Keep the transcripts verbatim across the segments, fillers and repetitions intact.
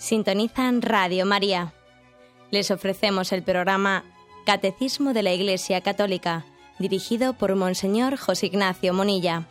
Sintonizan Radio María. Les ofrecemos el programa Catecismo de la Iglesia Católica, dirigido por Monseñor José Ignacio Monilla.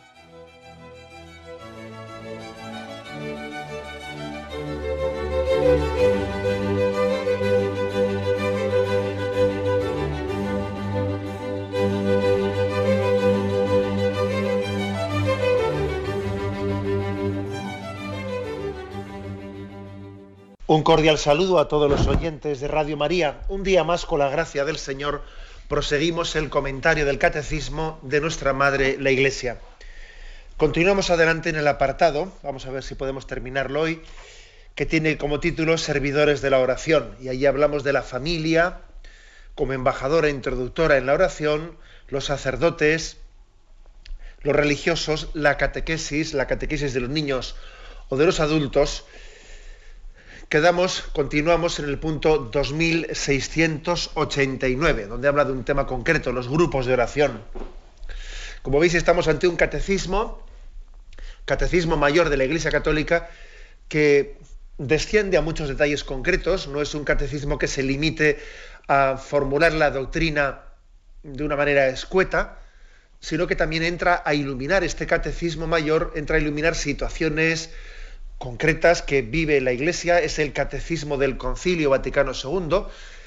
Un cordial saludo a todos los oyentes de Radio María. Un día más, con la gracia del Señor, proseguimos el comentario del Catecismo de nuestra Madre, la Iglesia. Continuamos adelante en el apartado, vamos a ver si podemos terminarlo hoy, que tiene como título Servidores de la Oración. Y ahí hablamos de la familia como embajadora e introductora en la oración, los sacerdotes, los religiosos, la catequesis, la catequesis de los niños o de los adultos. Quedamos, continuamos en el punto dos mil seiscientos ochenta y nueve, donde habla de un tema concreto, los grupos de oración. Como veis, estamos ante un catecismo, catecismo mayor de la Iglesia Católica, que desciende a muchos detalles concretos. No es un catecismo que se limite a formular la doctrina de una manera escueta, sino que también entra a iluminar, este catecismo mayor entra a iluminar situaciones concretas que vive la Iglesia. Es el Catecismo del Concilio Vaticano segundo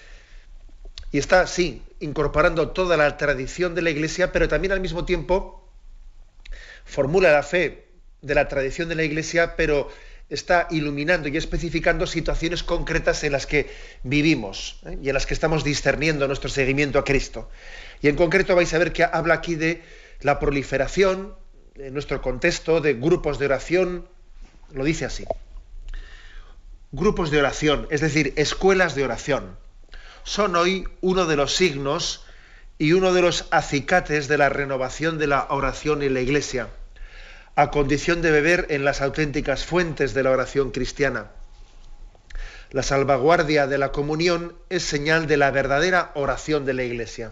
y está, sí, incorporando toda la tradición de la Iglesia, pero también al mismo tiempo formula la fe de la tradición de la Iglesia, pero está iluminando y especificando situaciones concretas en las que vivimos, ¿eh? y en las que estamos discerniendo nuestro seguimiento a Cristo. Y en concreto vais a ver que habla aquí de la proliferación, en nuestro contexto, de grupos de oración. Lo dice así: grupos de oración, es decir, escuelas de oración, son hoy uno de los signos y uno de los acicates de la renovación de la oración en la Iglesia, a condición de beber en las auténticas fuentes de la oración cristiana. La salvaguardia de la comunión es señal de la verdadera oración de la Iglesia.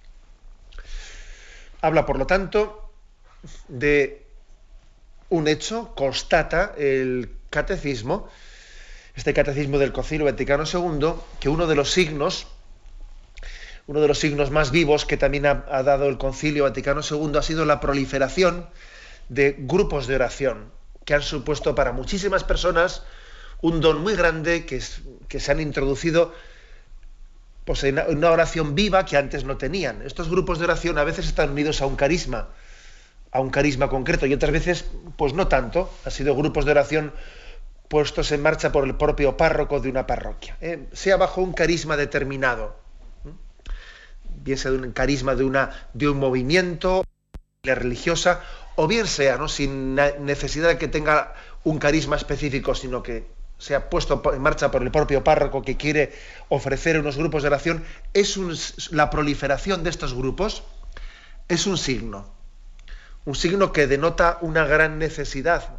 Habla, por lo tanto, de un hecho, constata el catecismo, este catecismo del Concilio Vaticano segundo, que uno de los signos, uno de los signos más vivos que también ha, ha dado el Concilio Vaticano segundo ha sido la proliferación de grupos de oración, que han supuesto para muchísimas personas un don muy grande, que, es, que se han introducido pues, en una oración viva que antes no tenían. Estos grupos de oración a veces están unidos a un carisma, a un carisma concreto, y otras veces pues no tanto. Han sido grupos de oración puestos en marcha por el propio párroco de una parroquia, ¿eh? sea bajo un carisma determinado, ¿eh? bien sea de un carisma de, una, de un movimiento religiosa, o bien sea, ¿no?, sin necesidad de que tenga un carisma específico, sino que sea puesto en marcha por el propio párroco que quiere ofrecer unos grupos de oración. Es un, la proliferación de estos grupos es un signo. Un signo que denota una gran necesidad.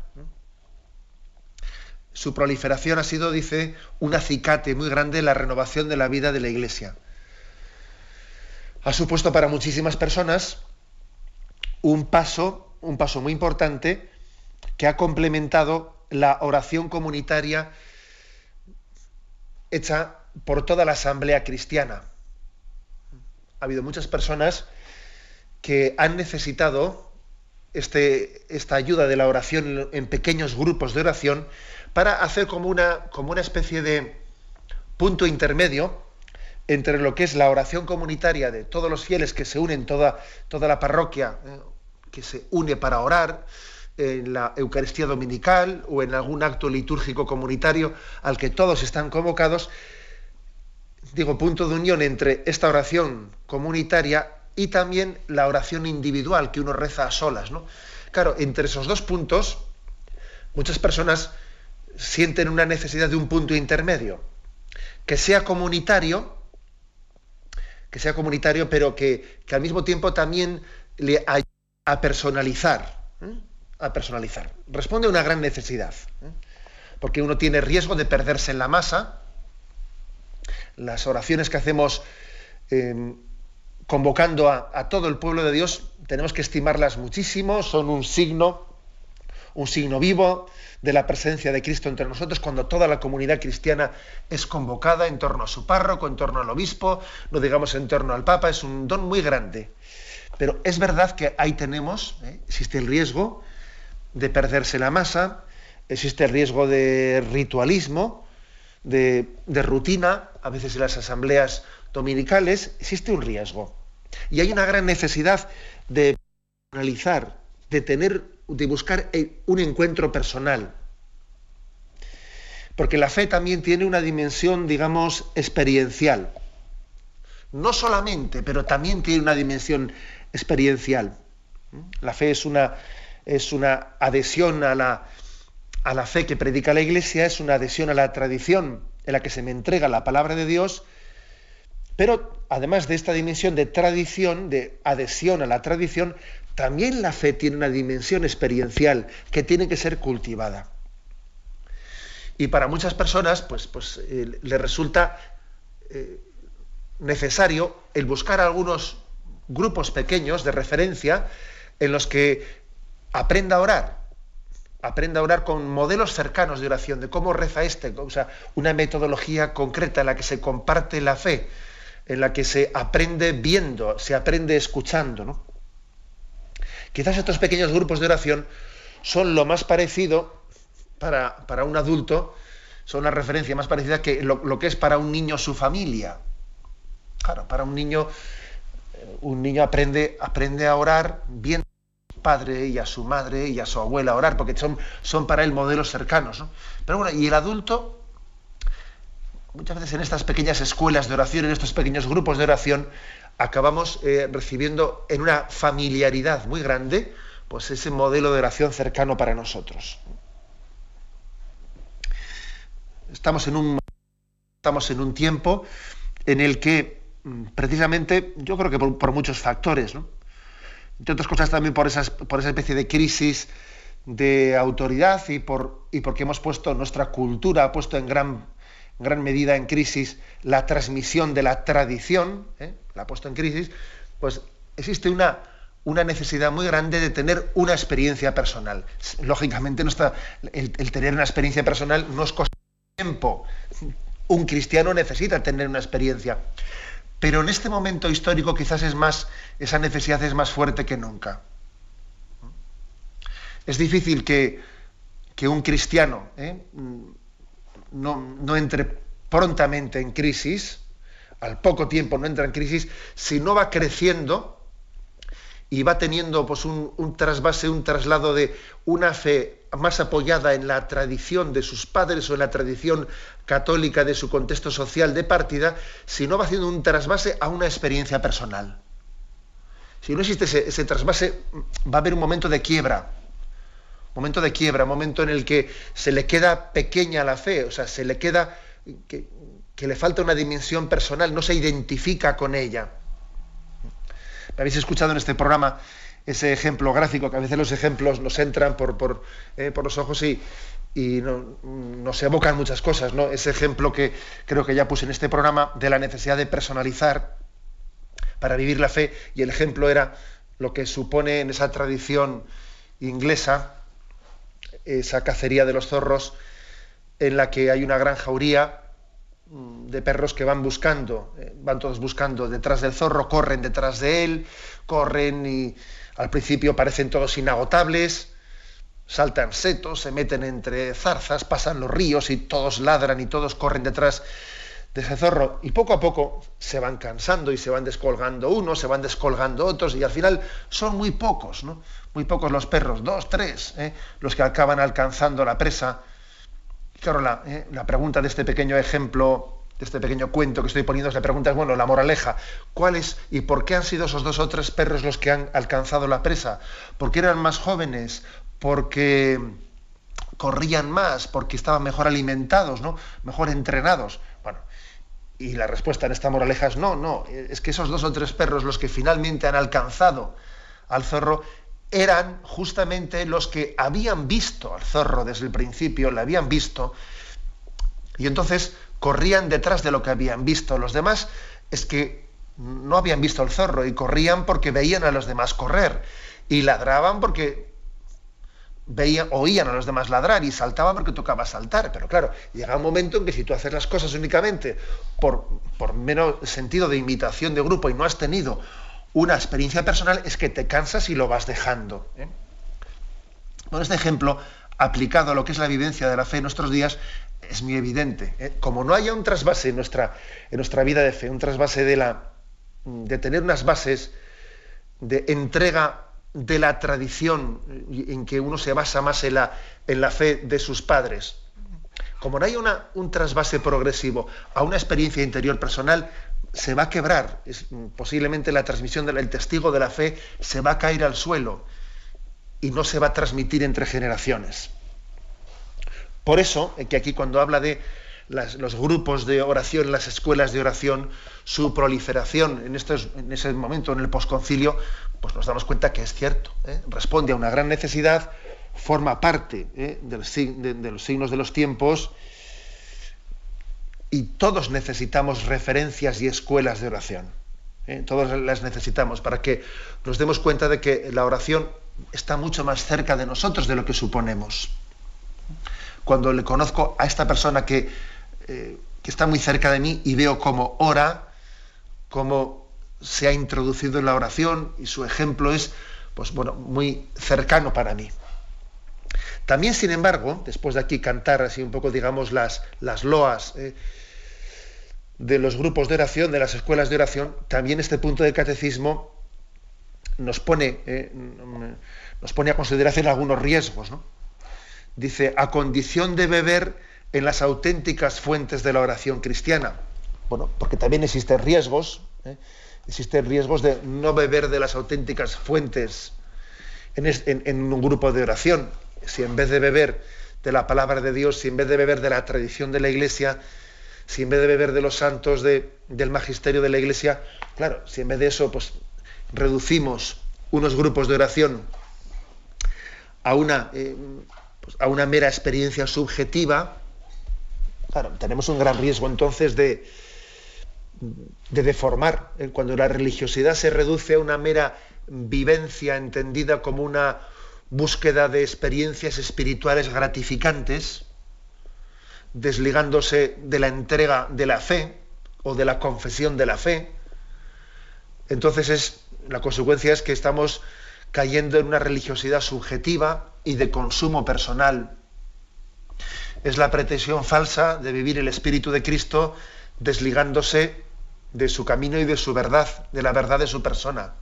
Su proliferación ha sido, dice, un acicate muy grande en la renovación de la vida de la Iglesia. Ha supuesto para muchísimas personas un paso, un paso muy importante que ha complementado la oración comunitaria hecha por toda la asamblea cristiana. Ha habido muchas personas que han necesitado Este, esta ayuda de la oración en pequeños grupos de oración para hacer como una, como una especie de punto intermedio entre lo que es la oración comunitaria de todos los fieles que se unen, toda, toda la parroquia eh, que se une para orar en la Eucaristía dominical o en algún acto litúrgico comunitario al que todos están convocados. Digo, punto de unión entre esta oración comunitaria y también la oración individual que uno reza a solas, ¿no? Claro, entre esos dos puntos, muchas personas sienten una necesidad de un punto intermedio, que sea comunitario, que sea comunitario, pero que, que al mismo tiempo también le ayude a personalizar, ¿eh? a personalizar. Responde a una gran necesidad, ¿eh? porque uno tiene riesgo de perderse en la masa. Las oraciones que hacemos eh, convocando a, a todo el pueblo de Dios, tenemos que estimarlas muchísimo, son un signo, un signo vivo de la presencia de Cristo entre nosotros, cuando toda la comunidad cristiana es convocada en torno a su párroco, en torno al obispo, no digamos en torno al Papa. Es un don muy grande. Pero es verdad que ahí tenemos, ¿eh? existe el riesgo de perderse la masa, existe el riesgo de ritualismo, de, de rutina, a veces en las asambleas dominicales, existe un riesgo. Y hay una gran necesidad de analizar, de tener, de buscar un encuentro personal. Porque la fe también tiene una dimensión, digamos, experiencial. No solamente, pero también tiene una dimensión experiencial. La fe es una, es una adhesión a la, a la fe que predica la Iglesia, es una adhesión a la tradición en la que se me entrega la palabra de Dios, pero además de esta dimensión de tradición, de adhesión a la tradición, también la fe tiene una dimensión experiencial que tiene que ser cultivada. Y para muchas personas, pues, pues eh, le resulta eh, necesario el buscar algunos grupos pequeños de referencia en los que aprenda a orar, aprenda a orar con modelos cercanos de oración, de cómo reza este, o sea, una metodología concreta en la que se comparte la fe, en la que se aprende viendo, se aprende escuchando, ¿no? Quizás estos pequeños grupos de oración son lo más parecido para, para un adulto, son la referencia más parecida que lo, lo que es para un niño su familia. Claro, para un niño, un niño aprende, aprende a orar viendo a su padre y a su madre y a su abuela a orar, porque son, son para él modelos cercanos, ¿no? Pero bueno, y el adulto, muchas veces en estas pequeñas escuelas de oración, en estos pequeños grupos de oración, acabamos eh, recibiendo en una familiaridad muy grande, pues ese modelo de oración cercano para nosotros. Estamos en un, estamos en un tiempo en el que, precisamente, yo creo que por, por muchos factores, ¿no? Entre otras cosas también por, esas, por esa especie de crisis de autoridad y, por, y porque hemos puesto, nuestra cultura ha puesto en gran, en gran medida en crisis la transmisión de la tradición, ¿eh? la ha puesto en crisis, pues existe una, una necesidad muy grande de tener una experiencia personal. Lógicamente no está, el, el tener una experiencia personal no es cosa de tiempo. Un cristiano necesita tener una experiencia. Pero en este momento histórico quizás es más, esa necesidad es más fuerte que nunca. Es difícil que, que un cristiano ¿eh? no, no entre prontamente en crisis, al poco tiempo no entra en crisis, si no va creciendo y va teniendo pues, un, un trasvase, un traslado de una fe más apoyada en la tradición de sus padres o en la tradición católica de su contexto social de partida, si no va haciendo un trasvase a una experiencia personal. Si no existe ese, ese trasvase, va a haber un momento de quiebra, momento de quiebra, momento en el que se le queda pequeña la fe, o sea, se le queda que, que le falta una dimensión personal, no se identifica con ella. Me habéis escuchado en este programa ese ejemplo gráfico, que a veces los ejemplos nos entran por, por, eh, por los ojos y, y no, nos evocan muchas cosas, ¿no? Ese ejemplo que creo que ya puse en este programa de la necesidad de personalizar para vivir la fe, y el ejemplo era lo que supone en esa tradición inglesa, esa cacería de los zorros, en la que hay una gran jauría de perros que van buscando, eh, van todos buscando detrás del zorro, corren detrás de él, corren y al principio parecen todos inagotables, saltan setos, se meten entre zarzas, pasan los ríos y todos ladran y todos corren detrás de ese zorro, y poco a poco se van cansando y se van descolgando unos, se van descolgando otros, y al final son muy pocos, ¿no? Muy pocos los perros, dos, tres, ¿eh? los que acaban alcanzando la presa. Claro, la, eh, la pregunta de este pequeño ejemplo, de este pequeño cuento que estoy poniendo, es la pregunta es, bueno, la moraleja, ¿cuál es y por qué han sido esos dos o tres perros los que han alcanzado la presa? ¿Porque eran más jóvenes? ¿Porque corrían más? ¿Porque estaban mejor alimentados, ¿no? Mejor entrenados? Bueno, y la respuesta en esta moraleja es no, no, es que esos dos o tres perros los que finalmente han alcanzado al zorro eran justamente los que habían visto al zorro desde el principio, le habían visto, y entonces corrían detrás de lo que habían visto. Los demás es que no habían visto al zorro y corrían porque veían a los demás correr, y ladraban porque veía, oían a los demás ladrar y saltaban porque tocaba saltar. Pero claro, llega un momento en que si tú haces las cosas únicamente por, por mero sentido de imitación de grupo y no has tenido una experiencia personal, es que te cansas y lo vas dejando, ¿eh? Bueno, este ejemplo, aplicado a lo que es la vivencia de la fe en nuestros días, es muy evidente, ¿eh? Como no haya un trasvase en nuestra, en nuestra vida de fe, un trasvase de, la, de tener unas bases de entrega de la tradición en que uno se basa más en la, en la fe de sus padres, como no haya una, un trasvase progresivo a una experiencia interior personal, se va a quebrar. Es, posiblemente la transmisión del testigo de la fe se va a caer al suelo y no se va a transmitir entre generaciones. Por eso, que aquí cuando habla de las, los grupos de oración, las escuelas de oración, su proliferación en, estos, en ese momento, en el posconcilio, pues nos damos cuenta que es cierto, ¿eh? Responde a una gran necesidad, forma parte ¿eh? del, de, de los signos de los tiempos, y todos necesitamos referencias y escuelas de oración. ¿eh? Todos las necesitamos para que nos demos cuenta de que la oración está mucho más cerca de nosotros de lo que suponemos. Cuando le conozco a esta persona que, eh, que está muy cerca de mí y veo cómo ora, cómo se ha introducido en la oración y su ejemplo es, pues bueno, muy cercano para mí. También, sin embargo, después de aquí cantar así un poco, digamos, las, las loas eh, de los grupos de oración, de las escuelas de oración, también este punto del catecismo nos pone, eh, nos pone a consideración algunos riesgos, ¿no? Dice, a condición de beber en las auténticas fuentes de la oración cristiana. Bueno, porque también existen riesgos, ¿eh? existen riesgos de no beber de las auténticas fuentes en, en, en un grupo de oración. Si en vez de beber de la palabra de Dios, si en vez de beber de la tradición de la Iglesia, si en vez de beber de los santos de, del magisterio de la Iglesia, claro, si en vez de eso pues reducimos unos grupos de oración a una, eh, pues, a una mera experiencia subjetiva, claro, tenemos un gran riesgo entonces de, de deformar. ¿eh? Cuando la religiosidad se reduce a una mera vivencia entendida como una búsqueda de experiencias espirituales gratificantes, desligándose de la entrega de la fe o de la confesión de la fe, entonces es, la consecuencia es que estamos cayendo en una religiosidad subjetiva y de consumo personal. Es la pretensión falsa de vivir el Espíritu de Cristo desligándose de su camino y de su verdad, de la verdad de su persona.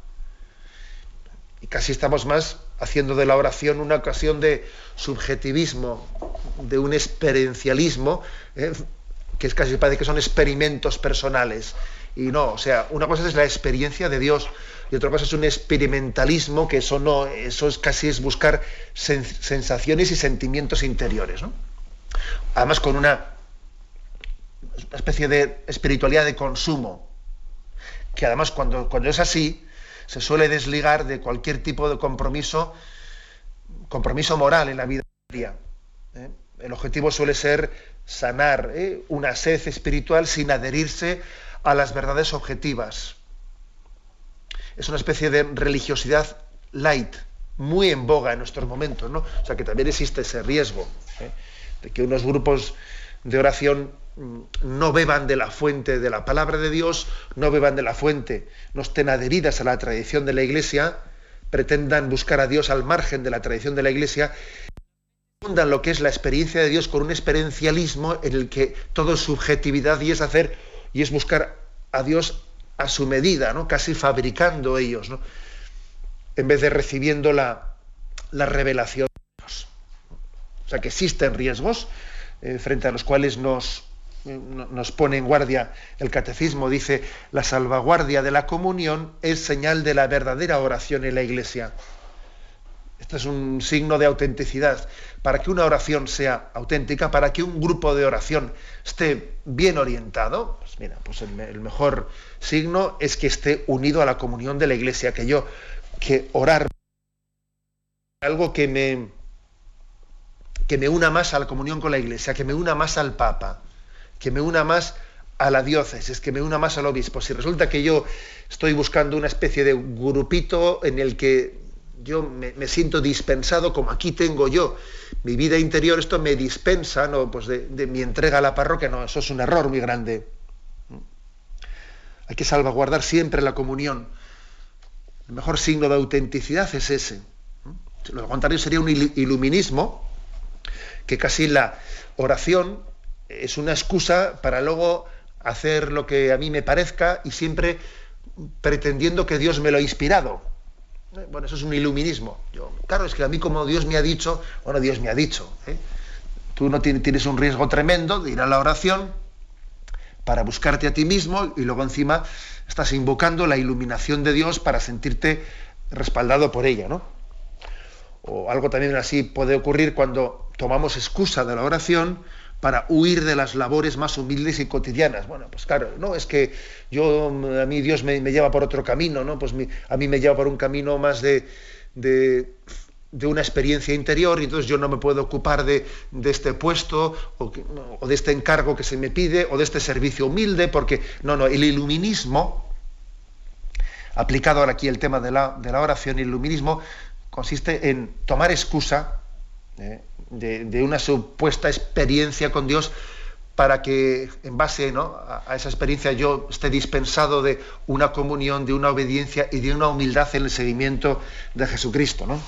Y casi estamos más haciendo de la oración una ocasión de subjetivismo, de un experiencialismo, ¿eh? que es casi parece que son experimentos personales. Y no, o sea, una cosa es la experiencia de Dios y otra cosa es un experimentalismo, que eso no, eso es casi es buscar sen- sensaciones y sentimientos interiores, ¿no? Además con una, una especie de espiritualidad de consumo, que además cuando, cuando es así, se suele desligar de cualquier tipo de compromiso, compromiso moral en la vida diaria. ¿eh? El objetivo suele ser sanar ¿eh? una sed espiritual sin adherirse a las verdades objetivas. Es una especie de religiosidad light, muy en boga en nuestros momentos, ¿no? O sea que también existe ese riesgo ¿eh? de que unos grupos de oración no beban de la fuente de la palabra de Dios, no beban de la fuente, no estén adheridas a la tradición de la Iglesia, pretendan buscar a Dios al margen de la tradición de la Iglesia, fundan lo que es la experiencia de Dios con un experiencialismo en el que todo es subjetividad y es hacer y es buscar a Dios a su medida, ¿no? Casi fabricando ellos, ¿no? En vez de recibiendo la, la revelación de Dios. O sea que existen riesgos eh, frente a los cuales nos nos pone en guardia el catecismo. Dice, la salvaguardia de la comunión es señal de la verdadera oración en la Iglesia. Este es un signo de autenticidad. Para que una oración sea auténtica, para que un grupo de oración esté bien orientado, pues mira, pues el, el mejor signo es que esté unido a la comunión de la Iglesia, que yo, que orar algo que me que me una más a la comunión con la Iglesia, que me una más al Papa, que me una más a la diócesis, que me una más al obispo. Si resulta que yo estoy buscando una especie de grupito en el que yo me, me siento dispensado, como aquí tengo yo mi vida interior, esto me dispensa, ¿no?, pues de, de mi entrega a la parroquia. No, eso es un error muy grande. Hay que salvaguardar siempre la comunión. El mejor signo de autenticidad es ese. Lo contrario sería un iluminismo, que casi la oración es una excusa para luego hacer lo que a mí me parezca y siempre pretendiendo que Dios me lo ha inspirado. Bueno, eso es un iluminismo. Yo, claro, es que a mí como Dios me ha dicho, bueno, Dios me ha dicho, ¿eh? Tú no tienes, tienes un riesgo tremendo de ir a la oración para buscarte a ti mismo y luego encima estás invocando la iluminación de Dios para sentirte respaldado por ella, ¿no? O algo también así puede ocurrir cuando tomamos excusa de la oración para huir de las labores más humildes y cotidianas. Bueno, pues claro, no, es que yo, a mí Dios me, me lleva por otro camino, ¿no? Pues mi, a mí me lleva por un camino más de, de, de una experiencia interior, y entonces yo no me puedo ocupar de, de este puesto o, o de este encargo que se me pide o de este servicio humilde, porque no, no, el iluminismo, aplicado ahora aquí el tema de la, de la oración, el iluminismo consiste en tomar excusa ¿eh? De, de una supuesta experiencia con Dios para que en base, ¿no?, a, a esa experiencia yo esté dispensado de una comunión, de una obediencia y de una humildad en el seguimiento de Jesucristo, ¿no?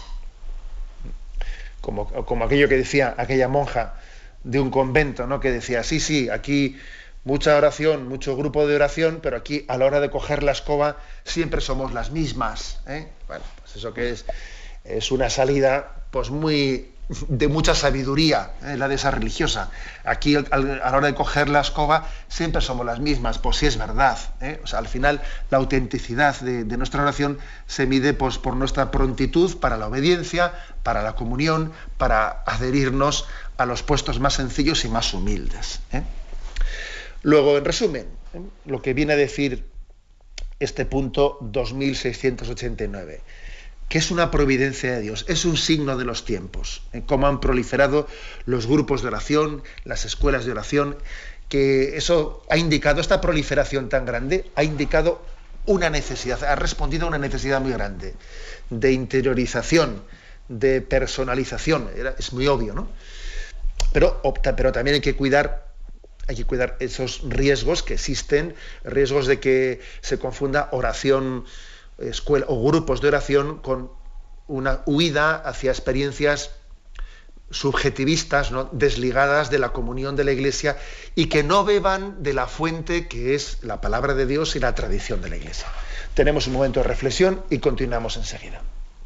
Como, como aquello que decía aquella monja de un convento, ¿no?, que decía, sí, sí, aquí mucha oración, mucho grupo de oración, pero aquí a la hora de coger la escoba siempre somos las mismas, ¿eh? Bueno, pues eso que es, es una salida pues muy de mucha sabiduría, ¿eh?, la de esa religiosa. Aquí al, al, a la hora de coger la escoba siempre somos las mismas, pues sí es verdad, ¿eh? O sea, al final la autenticidad de, de nuestra oración se mide pues, por nuestra prontitud para la obediencia, para la comunión, para adherirnos a los puestos más sencillos y más humildes, ¿eh? Luego, en resumen, ¿eh?, lo que viene a decir este punto dos mil seiscientos ochenta y nueve, que es una providencia de Dios, es un signo de los tiempos, ¿eh?, cómo han proliferado los grupos de oración, las escuelas de oración, que eso ha indicado, esta proliferación tan grande, ha indicado una necesidad, ha respondido a una necesidad muy grande, de interiorización, de personalización, era, es muy obvio, ¿no? Pero, opta, pero también hay que cuidar, hay que cuidar esos riesgos que existen, riesgos de que se confunda oración, escuela o grupos de oración con una huida hacia experiencias subjetivistas, ¿no?, desligadas de la comunión de la Iglesia y que no beban de la fuente que es la palabra de Dios y la tradición de la Iglesia. Tenemos un momento de reflexión y continuamos enseguida.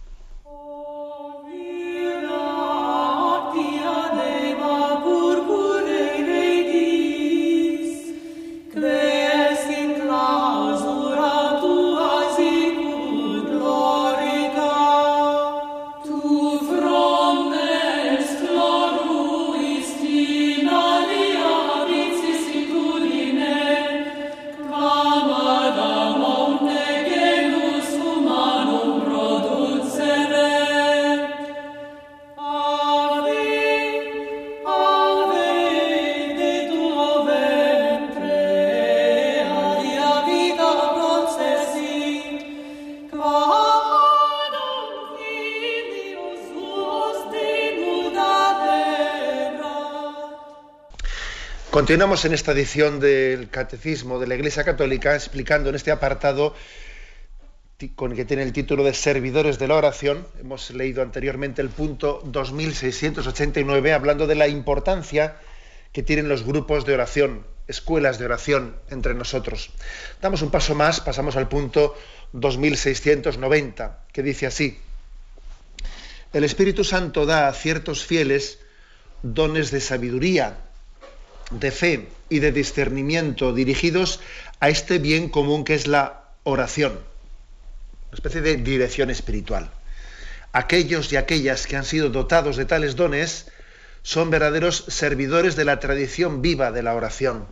Continuamos en esta edición del Catecismo de la Iglesia Católica explicando en este apartado con que tiene el título de Servidores de la Oración. Hemos leído anteriormente el punto dos mil seiscientos ochenta y nueve hablando de la importancia que tienen los grupos de oración, escuelas de oración entre nosotros. Damos un paso más, pasamos al punto dos mil seiscientos noventa, que dice así: el Espíritu Santo da a ciertos fieles dones de sabiduría, de fe y de discernimiento dirigidos a este bien común que es la oración, una especie de dirección espiritual. Aquellos y aquellas que han sido dotados de tales dones son verdaderos servidores de la tradición viva de la oración.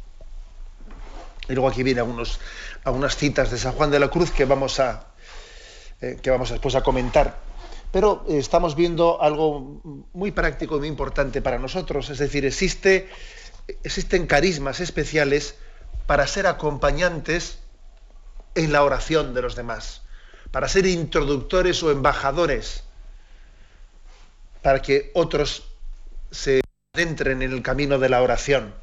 Y luego aquí vienen algunos, algunas citas de San Juan de la Cruz que vamos a, eh, que vamos después a comentar. Pero eh, estamos viendo algo muy práctico y muy importante para nosotros, es decir, existe Existen carismas especiales para ser acompañantes en la oración de los demás, para ser introductores o embajadores, para que otros se adentren en el camino de la oración.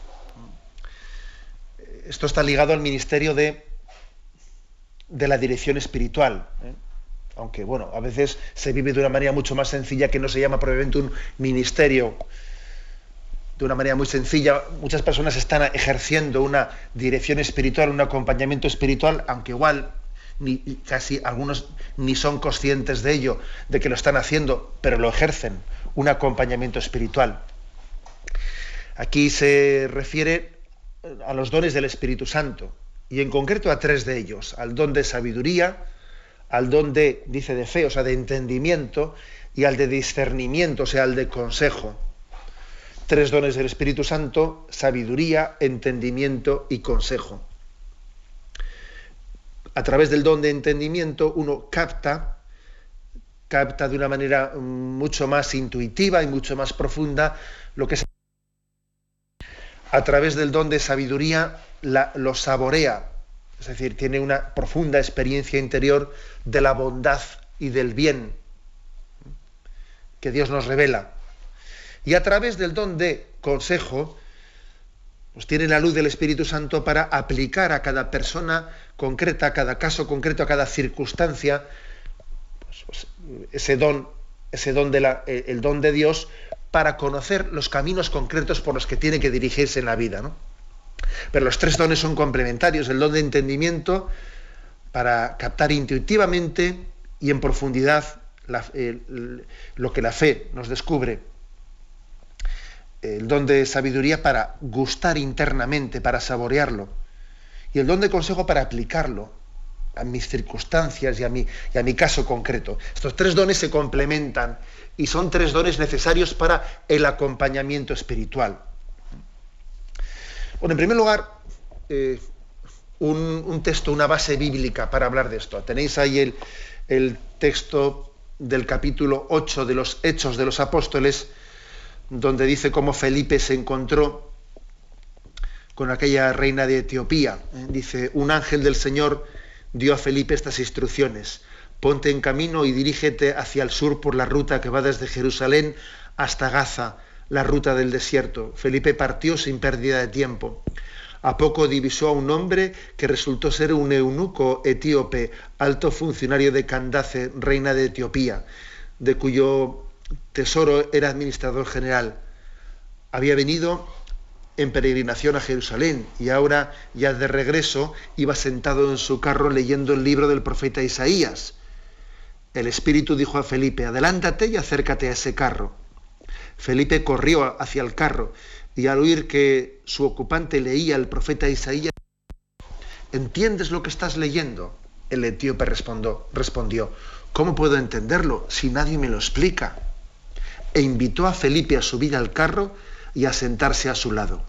Esto está ligado al ministerio de, de la dirección espiritual, ¿eh? Aunque, bueno, a veces se vive de una manera mucho más sencilla, que no se llama probablemente un ministerio. De una manera muy sencilla, muchas personas están ejerciendo una dirección espiritual, un acompañamiento espiritual, aunque igual ni, casi algunos ni son conscientes de ello, de que lo están haciendo, pero lo ejercen, un acompañamiento espiritual. Aquí se refiere a los dones del Espíritu Santo, y en concreto a tres de ellos: al don de sabiduría, al don de, dice, de fe, o sea, de entendimiento, y al de discernimiento, o sea, al de consejo. Tres dones del Espíritu Santo: sabiduría, entendimiento y consejo. A través del don de entendimiento uno capta, capta de una manera mucho más intuitiva y mucho más profunda lo que se... A través del don de sabiduría la, lo saborea, es decir, tiene una profunda experiencia interior de la bondad y del bien que Dios nos revela. Y a través del don de consejo, pues tiene la luz del Espíritu Santo para aplicar a cada persona concreta, a cada caso concreto, a cada circunstancia, pues, pues, ese don, ese don de la, el don de Dios, para conocer los caminos concretos por los que tiene que dirigirse en la vida, ¿no? Pero los tres dones son complementarios: el don de entendimiento para captar intuitivamente y en profundidad la, el, lo que la fe nos descubre; el don de sabiduría para gustar internamente, para saborearlo; y el don de consejo para aplicarlo a mis circunstancias y a mi, y a mi caso concreto. Estos tres dones se complementan y son tres dones necesarios para el acompañamiento espiritual. Bueno, en primer lugar, eh, un, un texto, una base bíblica para hablar de esto. Tenéis ahí el, el texto del capítulo ocho de los Hechos de los Apóstoles, donde dice cómo Felipe se encontró con aquella reina de Etiopía. Dice: un ángel del Señor dio a Felipe estas instrucciones: ponte en camino y dirígete hacia el sur por la ruta que va desde Jerusalén hasta Gaza, la ruta del desierto. Felipe partió sin pérdida de tiempo. A poco divisó a un hombre que resultó ser un eunuco etíope, alto funcionario de Candace, reina de Etiopía, de cuyo tesoro era administrador general. Había venido en peregrinación a Jerusalén y ahora, ya de regreso, iba sentado en su carro leyendo el libro del profeta Isaías. El Espíritu dijo a Felipe: adelántate y acércate a ese carro. Felipe corrió hacia el carro y al oír que su ocupante leía el profeta Isaías: ¿entiendes lo que estás leyendo? El etíope respondió, respondió: ¿cómo puedo entenderlo si nadie me lo explica? E invitó a Felipe a subir al carro y a sentarse a su lado.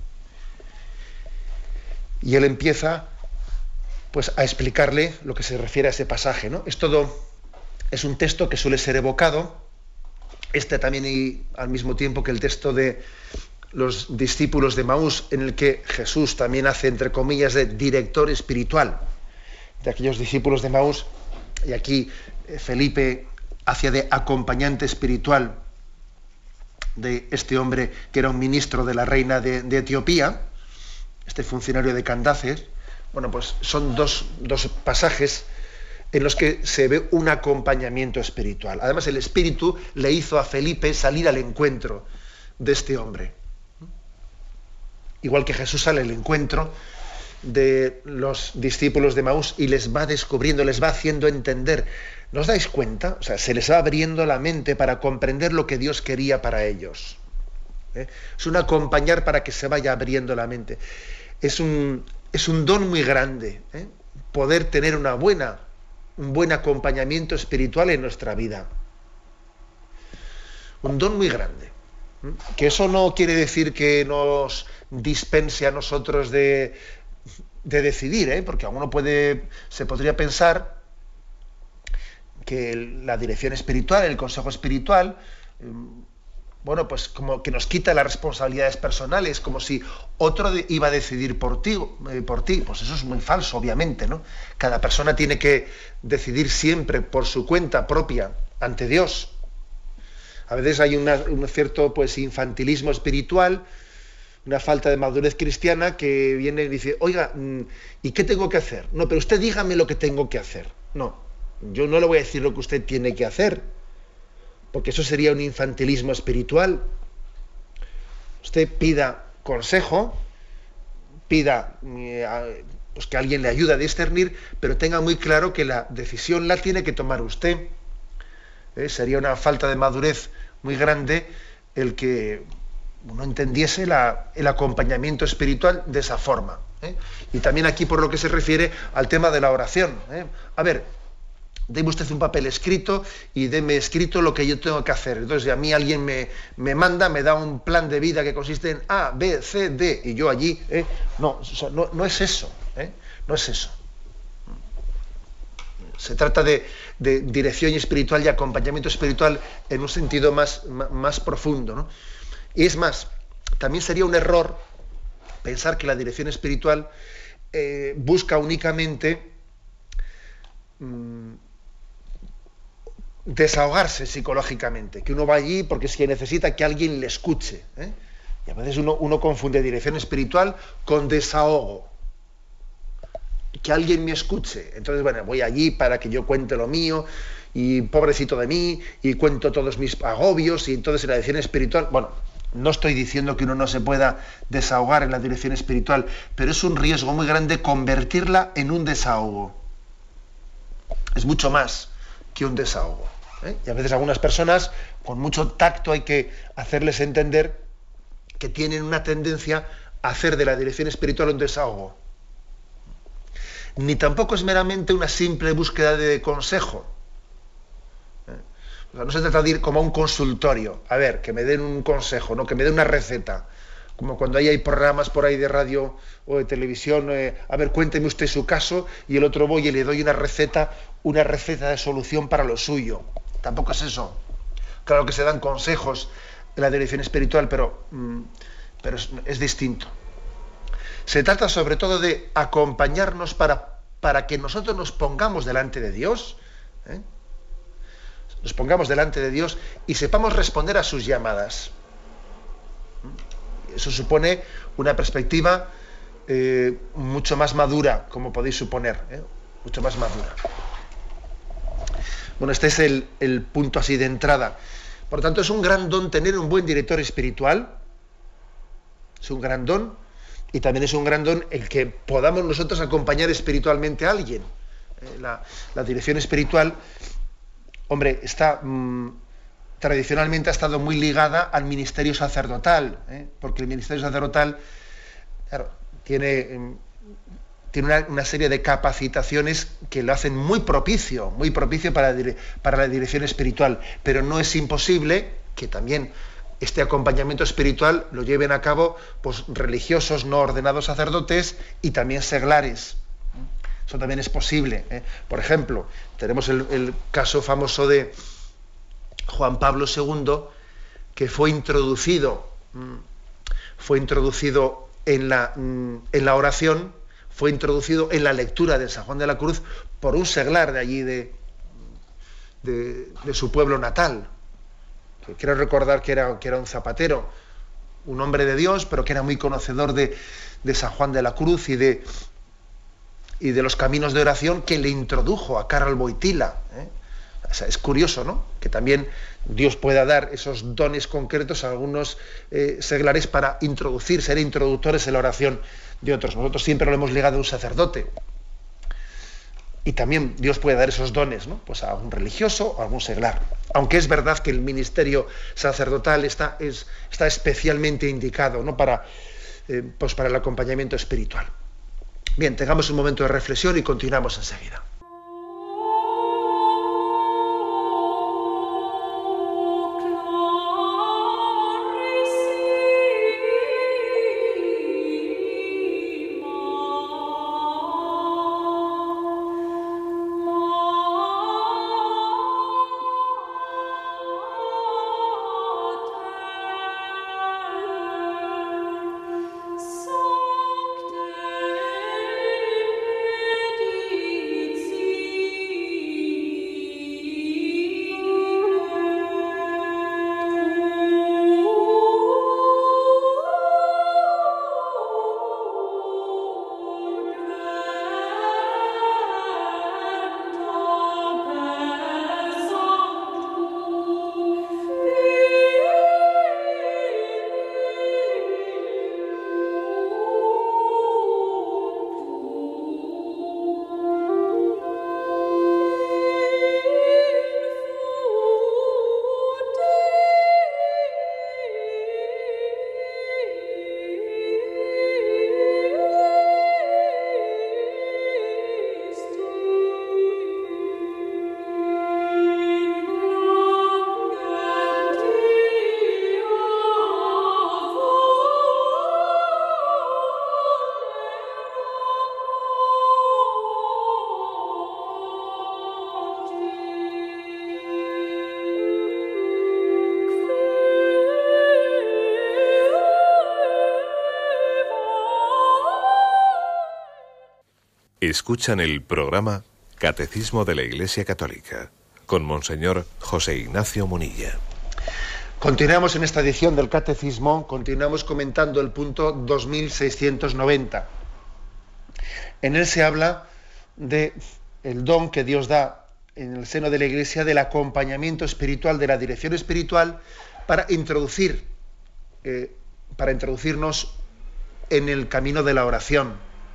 Y él empieza, pues, a explicarle lo que se refiere a ese pasaje, ¿no? Es todo, es un texto que suele ser evocado, este también, y al mismo tiempo que el texto de los discípulos de Maús, en el que Jesús también hace, entre comillas, de director espiritual de aquellos discípulos de Maús, y aquí eh, Felipe hacía de acompañante espiritual de este hombre que era un ministro de la reina de, de Etiopía, este funcionario de Candace. Bueno, pues son dos, dos pasajes en los que se ve un acompañamiento espiritual. Además, el Espíritu le hizo a Felipe salir al encuentro de este hombre. Igual que Jesús sale al encuentro de los discípulos de Maús y les va descubriendo, les va haciendo entender. ¿No os dais cuenta? O sea, se les va abriendo la mente para comprender lo que Dios quería para ellos. ¿Eh? Es un acompañar para que se vaya abriendo la mente. Es un, es un don muy grande, ¿eh? Poder tener una buena, un buen acompañamiento espiritual en nuestra vida. Un don muy grande. ¿Eh? Que eso no quiere decir que nos dispense a nosotros de, de decidir, ¿eh? Porque alguno puede, se podría pensar que la dirección espiritual, el consejo espiritual, bueno, pues como que nos quita las responsabilidades personales, como si otro de- iba a decidir por ti, eh, por ti. Pues eso es muy falso, obviamente, ¿no? Cada persona tiene que decidir siempre por su cuenta propia ante Dios. A veces hay una- un cierto, pues, infantilismo espiritual, una falta de madurez cristiana que viene y dice, oiga, mm, ¿y qué tengo que hacer? No, pero usted dígame lo que tengo que hacer. No, yo no le voy a decir lo que usted tiene que hacer, porque eso sería un infantilismo espiritual. Usted pida consejo, pida eh, a- pues que alguien le ayude a discernir, pero tenga muy claro que la decisión la tiene que tomar usted. ¿Eh? Sería una falta de madurez muy grande el que uno entendiese la- el acompañamiento espiritual de esa forma. ¿Eh? Y también aquí por lo que se refiere al tema de la oración. ¿Eh? A ver, deme usted un papel escrito y deme escrito lo que yo tengo que hacer. Entonces a mí alguien me, me manda, me da un plan de vida que consiste en A, B, C, D, y yo allí, ¿eh? no, o sea, no, no es eso, ¿eh? no es eso. Se trata de, de dirección espiritual y acompañamiento espiritual en un sentido más, más, más profundo, ¿no? Y es más, también sería un error pensar que la dirección espiritual eh, busca únicamente mmm, desahogarse psicológicamente, que uno va allí porque es que necesita que alguien le escuche, ¿eh? Y a veces uno, uno confunde dirección espiritual con desahogo. Que alguien me escuche. Entonces, bueno, voy allí para que yo cuente lo mío, y pobrecito de mí, y cuento todos mis agobios, y entonces en la dirección espiritual, bueno, no estoy diciendo que uno no se pueda desahogar en la dirección espiritual, pero es un riesgo muy grande convertirla en un desahogo. Es mucho más que un desahogo, ¿eh? Y a veces algunas personas, con mucho tacto, hay que hacerles entender que tienen una tendencia a hacer de la dirección espiritual un desahogo. Ni tampoco es meramente una simple búsqueda de consejo. ¿Eh? O sea, no se trata de ir como a un consultorio, a ver, que me den un consejo, no, que me den una receta. Como cuando ahí hay programas por ahí de radio o de televisión, eh, a ver, cuénteme usted su caso, y el otro voy y le doy una receta, una receta de solución para lo suyo. Tampoco es eso. Claro que se dan consejos en la dirección espiritual, pero, mm, pero es, es distinto. Se trata sobre todo de acompañarnos para, para que nosotros nos pongamos delante de Dios, ¿eh? Nos pongamos delante de Dios y sepamos responder a sus llamadas. Eso supone una perspectiva eh, mucho más madura, como podéis suponer, ¿eh? mucho más madura. Bueno, este es el, el punto así de entrada. Por lo tanto, es un gran don tener un buen director espiritual, es un gran don. Y también es un gran don el que podamos nosotros acompañar espiritualmente a alguien. Eh, la, la dirección espiritual, hombre, está mmm, tradicionalmente ha estado muy ligada al ministerio sacerdotal, ¿eh? Porque el ministerio sacerdotal, claro, tiene, mm, tiene una, una serie de capacitaciones que lo hacen muy propicio, muy propicio para, para la dirección espiritual. Pero no es imposible que también este acompañamiento espiritual lo lleven a cabo pues, religiosos no ordenados sacerdotes y también seglares. Eso también es posible, ¿eh? Por ejemplo, tenemos el, el caso famoso de Juan Pablo segundo, que fue introducido, fue introducido en la, en la oración, fue introducido en la lectura de San Juan de la Cruz por un seglar de allí, de, de, de su pueblo natal. Quiero recordar que era, que era un zapatero, un hombre de Dios, pero que era muy conocedor de, de San Juan de la Cruz y de, y de los caminos de oración, que le introdujo a Karol Wojtyla, ¿eh? O sea, es curioso, ¿no?, que también Dios pueda dar esos dones concretos a algunos eh, seglares para introducir, ser introductores en la oración de otros. Nosotros siempre lo hemos ligado a un sacerdote. Y también Dios puede dar esos dones, ¿no?, pues a algún religioso o a algún seglar. Aunque es verdad que el ministerio sacerdotal está, es, está especialmente indicado, ¿no?, para, eh, pues para el acompañamiento espiritual. Bien, tengamos un momento de reflexión y continuamos enseguida. Escuchan el programa Catecismo de la Iglesia Católica con Monseñor José Ignacio Munilla. Continuamos en esta edición del Catecismo, continuamos comentando el punto dos mil seiscientos noventa. En él se habla de el don que Dios da en el seno de la Iglesia del acompañamiento espiritual, de la dirección espiritual para introducir, eh, para introducirnos en el camino de la oración.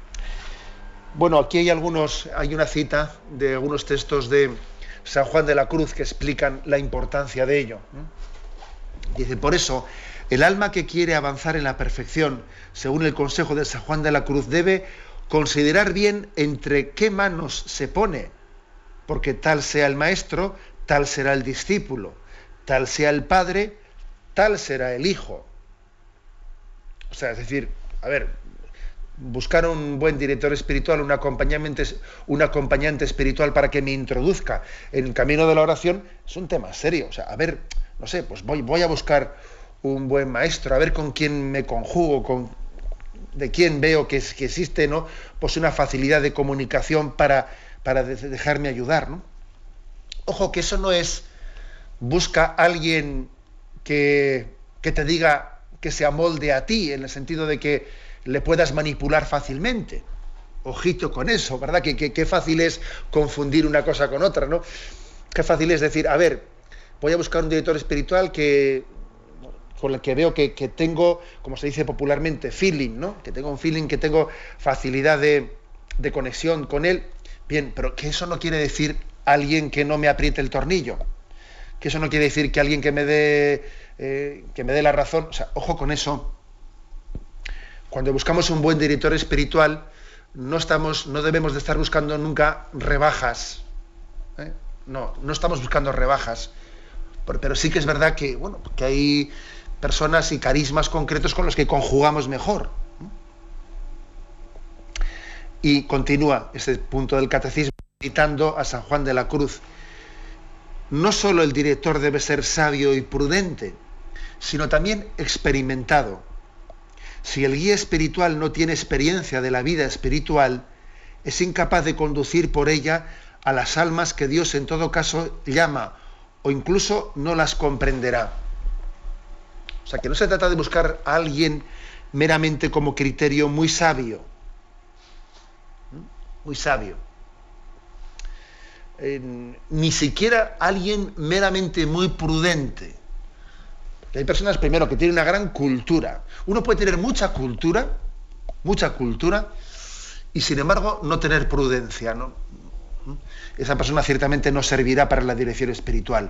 Bueno, aquí hay algunos, hay una cita de algunos textos de San Juan de la Cruz que explican la importancia de ello. Dice, por eso, el alma que quiere avanzar en la perfección, según el consejo de San Juan de la Cruz, debe considerar bien entre qué manos se pone, porque tal sea el maestro, tal será el discípulo, tal sea el padre, tal será el hijo. O sea, es decir, a ver, buscar un buen director espiritual, un acompañante, un acompañante espiritual para que me introduzca en el camino de la oración, es un tema serio. O sea, a ver, no sé, pues voy, voy a buscar un buen maestro, a ver con quién me conjugo, con, de quién veo que, que existe, ¿no? Pues una facilidad de comunicación para, para dejarme ayudar, ¿no? Ojo, que eso no es busca a alguien que, que te diga que se amolde a ti, en el sentido de que le puedas manipular fácilmente. Ojito con eso, ¿verdad? Que, que, que fácil es confundir una cosa con otra, ¿no? Qué fácil es decir, a ver, voy a buscar un director espiritual que, con el que veo que, que tengo, como se dice popularmente, feeling, ¿no? Que tengo un feeling, que tengo facilidad de, de conexión con él. Bien, pero que eso no quiere decir alguien que no me apriete el tornillo. Que eso no quiere decir que alguien que me dé, eh, que me dé la razón. O sea, ojo con eso. Cuando buscamos un buen director espiritual, no estamos, no debemos de estar buscando nunca rebajas. ¿eh? No, no estamos buscando rebajas. Pero, pero sí que es verdad que, bueno, que hay personas y carismas concretos con los que conjugamos mejor. Y continúa este punto del catecismo citando a San Juan de la Cruz. No solo el director debe ser sabio y prudente, sino también experimentado. Si el guía espiritual no tiene experiencia de la vida espiritual, es incapaz de conducir por ella a las almas que Dios en todo caso llama, o incluso no las comprenderá. O sea, que no se trata de buscar a alguien meramente como criterio muy sabio, muy sabio. Eh, ni siquiera alguien meramente muy prudente. Hay personas, primero, que tienen una gran cultura. Uno puede tener mucha cultura, mucha cultura, y sin embargo no tener prudencia, ¿no? Esa persona ciertamente no servirá para la dirección espiritual.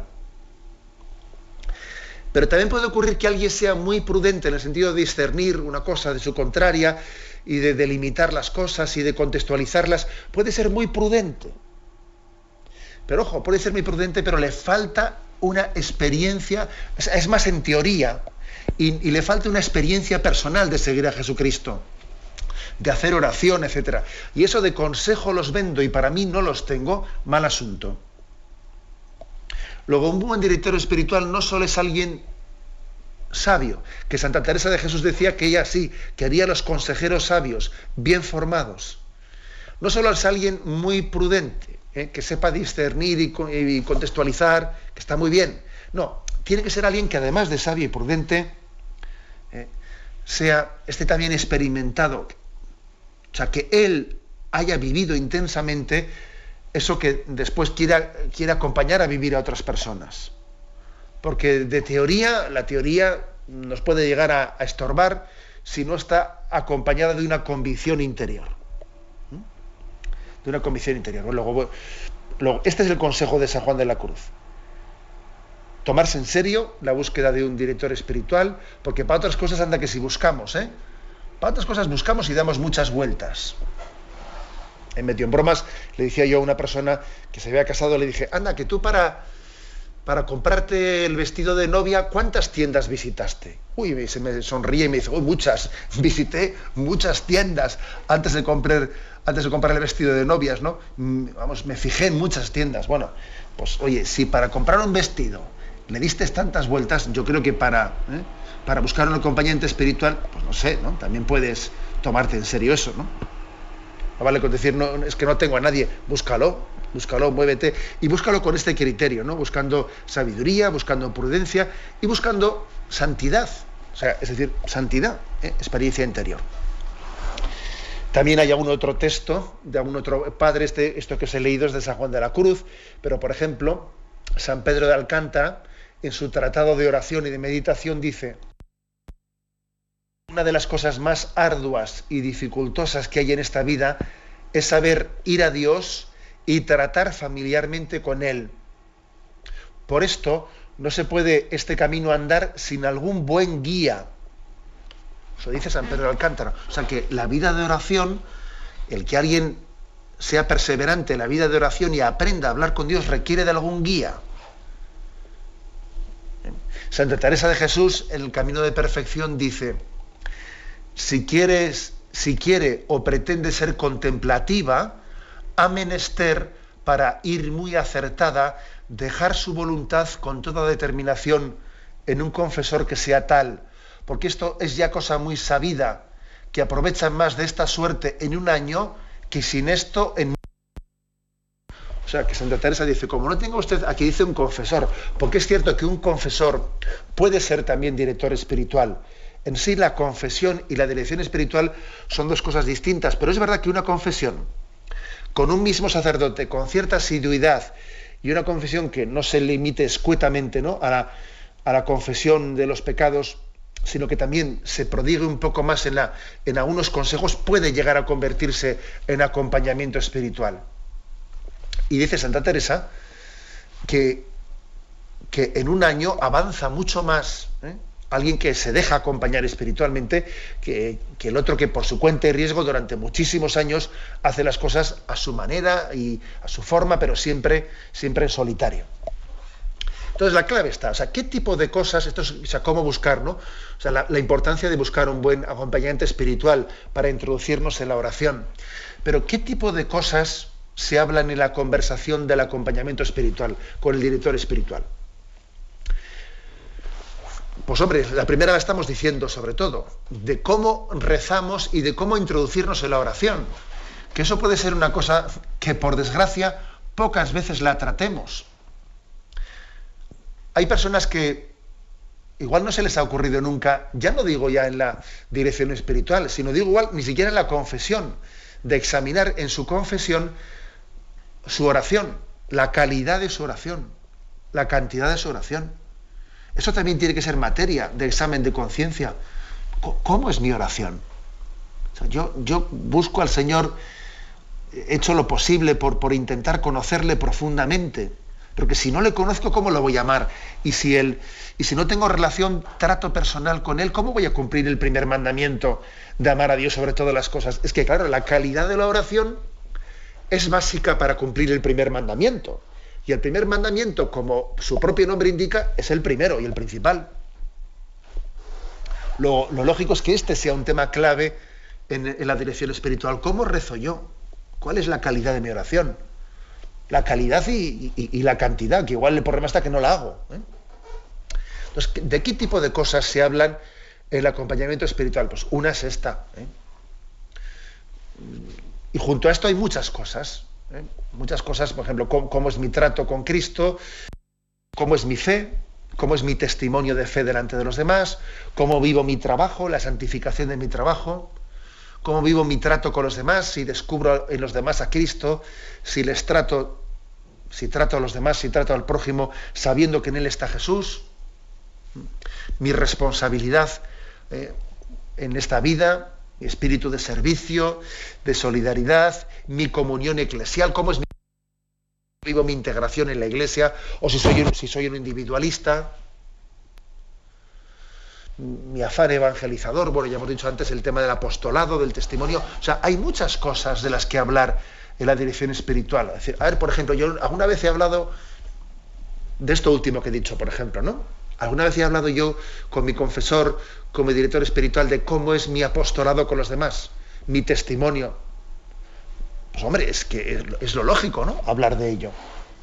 Pero también puede ocurrir que alguien sea muy prudente en el sentido de discernir una cosa de su contraria y de delimitar las cosas y de contextualizarlas. Puede ser muy prudente. Pero ojo, puede ser muy prudente, pero le falta una experiencia, es más en teoría, y, y le falta una experiencia personal de seguir a Jesucristo, de hacer oración, etcétera. Y eso de consejo los vendo y para mí no los tengo, mal asunto. Luego, un buen director espiritual no solo es alguien sabio, que Santa Teresa de Jesús decía que ella sí, quería los consejeros sabios, bien formados. No solo es alguien muy prudente, ¿eh? que sepa discernir y, y contextualizar, que está muy bien. No, tiene que ser alguien que además de sabio y prudente, eh, sea, esté también experimentado. O sea, que él haya vivido intensamente eso que después quiera, quiera acompañar a vivir a otras personas. Porque de teoría, la teoría nos puede llegar a, a estorbar si no está acompañada de una convicción interior. ¿Mm? De una convicción interior. Luego, luego, este es el consejo de San Juan de la Cruz. Tomarse en serio la búsqueda de un director espiritual, porque para otras cosas anda que si buscamos, ¿eh? Para otras cosas buscamos y damos muchas vueltas. En medio en bromas le decía yo a una persona que se había casado, le dije, anda, que tú para, para comprarte el vestido de novia, ¿cuántas tiendas visitaste? Uy, se me sonríe y me dice, uy, muchas, visité muchas tiendas antes de comprar, antes de comprar el vestido de novias, ¿no? Vamos, me fijé en muchas tiendas. Bueno, pues oye, si para comprar un vestido le diste tantas vueltas, yo creo que para, ¿eh? para buscar un acompañante espiritual, pues no sé, ¿no? También puedes tomarte en serio eso, ¿no? No vale con decir, no, es que no tengo a nadie. Búscalo, búscalo, muévete. Y búscalo con este criterio, ¿no? Buscando sabiduría, buscando prudencia y buscando santidad. O sea, es decir, santidad, ¿eh? Experiencia interior. También hay algún otro texto de algún otro padre, este, esto que os he leído es de San Juan de la Cruz, pero por ejemplo, San Pedro de Alcántara, en su tratado de oración y de meditación, dice: una de las cosas más arduas y dificultosas que hay en esta vida es saber ir a Dios y tratar familiarmente con Él. Por esto no se puede este camino andar sin algún buen guía. Eso dice San Pedro de Alcántara. O sea que la vida de oración, el que alguien sea perseverante en la vida de oración y aprenda a hablar con Dios, requiere de algún guía. Santa Teresa de Jesús, en el Camino de Perfección, dice: si quieres, si quiere o pretende ser contemplativa, ha menester, para ir muy acertada, dejar su voluntad con toda determinación en un confesor que sea tal, porque esto es ya cosa muy sabida, que aprovechan más de esta suerte en un año que sin esto en... O sea, que Santa Teresa dice, como no tenga usted, aquí dice un confesor, porque es cierto que un confesor puede ser también director espiritual. En sí la confesión y la dirección espiritual son dos cosas distintas, pero es verdad que una confesión con un mismo sacerdote, con cierta asiduidad, y una confesión que no se limite escuetamente, ¿no?, a la, a la confesión de los pecados, sino que también se prodigue un poco más en, la, en algunos consejos, puede llegar a convertirse en acompañamiento espiritual. Y dice Santa Teresa que, que en un año avanza mucho más, ¿eh?, alguien que se deja acompañar espiritualmente que, que el otro que por su cuenta y riesgo durante muchísimos años hace las cosas a su manera y a su forma, pero siempre, siempre en solitario. Entonces la clave está, o sea, ¿qué tipo de cosas, esto es, o sea, cómo buscar, ¿no? O sea, la, la importancia de buscar un buen acompañante espiritual para introducirnos en la oración. Pero ¿qué tipo de cosas se hablan en la conversación del acompañamiento espiritual con el director espiritual? Pues hombre, la primera la estamos diciendo sobre todo, de cómo rezamos y de cómo introducirnos en la oración. Que eso puede ser una cosa que por desgracia pocas veces la tratemos. Hay personas que igual no se les ha ocurrido nunca, ya no digo ya en la dirección espiritual, sino digo igual ni siquiera en la confesión, de examinar en su confesión su oración, la calidad de su oración, la cantidad de su oración. Eso también tiene que ser materia de examen de conciencia. ¿Cómo es mi oración? O sea, yo, yo busco al Señor, he hecho lo posible por, por intentar conocerle profundamente, porque si no le conozco, ¿cómo lo voy a amar? Y si, él, y si no tengo relación, trato personal con Él, ¿cómo voy a cumplir el primer mandamiento de amar a Dios sobre todas las cosas? Es que claro, la calidad de la oración es básica para cumplir el primer mandamiento. Y el primer mandamiento, como su propio nombre indica, es el primero y el principal. Lo, lo lógico es que este sea un tema clave en, en la dirección espiritual. ¿Cómo rezo yo? ¿Cuál es la calidad de mi oración? La calidad y, y, y la cantidad, que igual el problema está que no la hago, ¿eh? Entonces, ¿de qué tipo de cosas se hablan en el acompañamiento espiritual? Pues una es esta, ¿eh? Y junto a esto hay muchas cosas. ¿Eh? Muchas cosas, por ejemplo, cómo, cómo es mi trato con Cristo, cómo es mi fe, cómo es mi testimonio de fe delante de los demás, cómo vivo mi trabajo, la santificación de mi trabajo, cómo vivo mi trato con los demás, si descubro en los demás a Cristo, si les trato, si trato a los demás, si trato al prójimo sabiendo que en Él está Jesús, mi responsabilidad eh, en esta vida, mi espíritu de servicio, de solidaridad, mi comunión eclesial, cómo es mi, vivo mi integración en la Iglesia, o si soy un, si soy un individualista, mi afán evangelizador, bueno, ya hemos dicho antes el tema del apostolado, del testimonio, o sea, hay muchas cosas de las que hablar en la dirección espiritual. Es decir, a ver, por ejemplo, yo alguna vez he hablado de esto último que he dicho, por ejemplo, ¿no? Alguna vez he hablado yo con mi confesor, con mi director espiritual, de cómo es mi apostolado con los demás, mi testimonio. Pues hombre, es que es, es lo lógico, ¿no?, hablar de ello.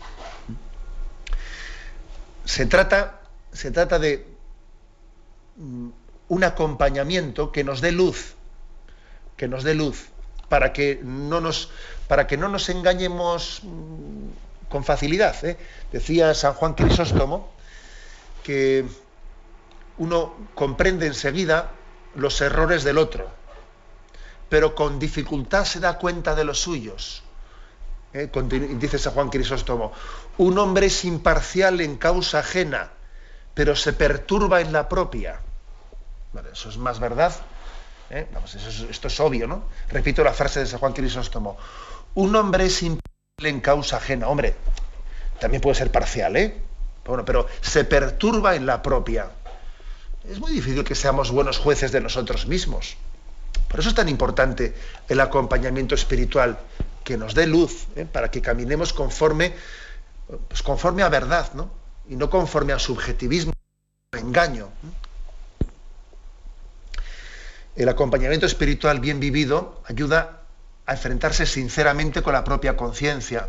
Se trata, se trata de un acompañamiento que nos dé luz, que nos dé luz para que no nos, para que no nos engañemos con facilidad, ¿eh? Decía San Juan Crisóstomo que uno comprende enseguida los errores del otro, pero con dificultad se da cuenta de los suyos. ¿Eh? Dice San Juan Crisóstomo, un hombre es imparcial en causa ajena, pero se perturba en la propia. Vale, eso es más verdad. ¿Eh? Vamos, eso es, esto es obvio, ¿no? Repito la frase de San Juan Crisóstomo. Un hombre es imparcial en causa ajena. Hombre, también puede ser parcial, ¿eh? Bueno, pero se perturba en la propia. Es muy difícil que seamos buenos jueces de nosotros mismos. Por eso es tan importante el acompañamiento espiritual, que nos dé luz, ¿eh? Para que caminemos conforme, pues conforme a verdad, ¿no? Y no conforme a subjetivismo, engaño. El acompañamiento espiritual bien vivido ayuda a enfrentarse sinceramente con la propia conciencia,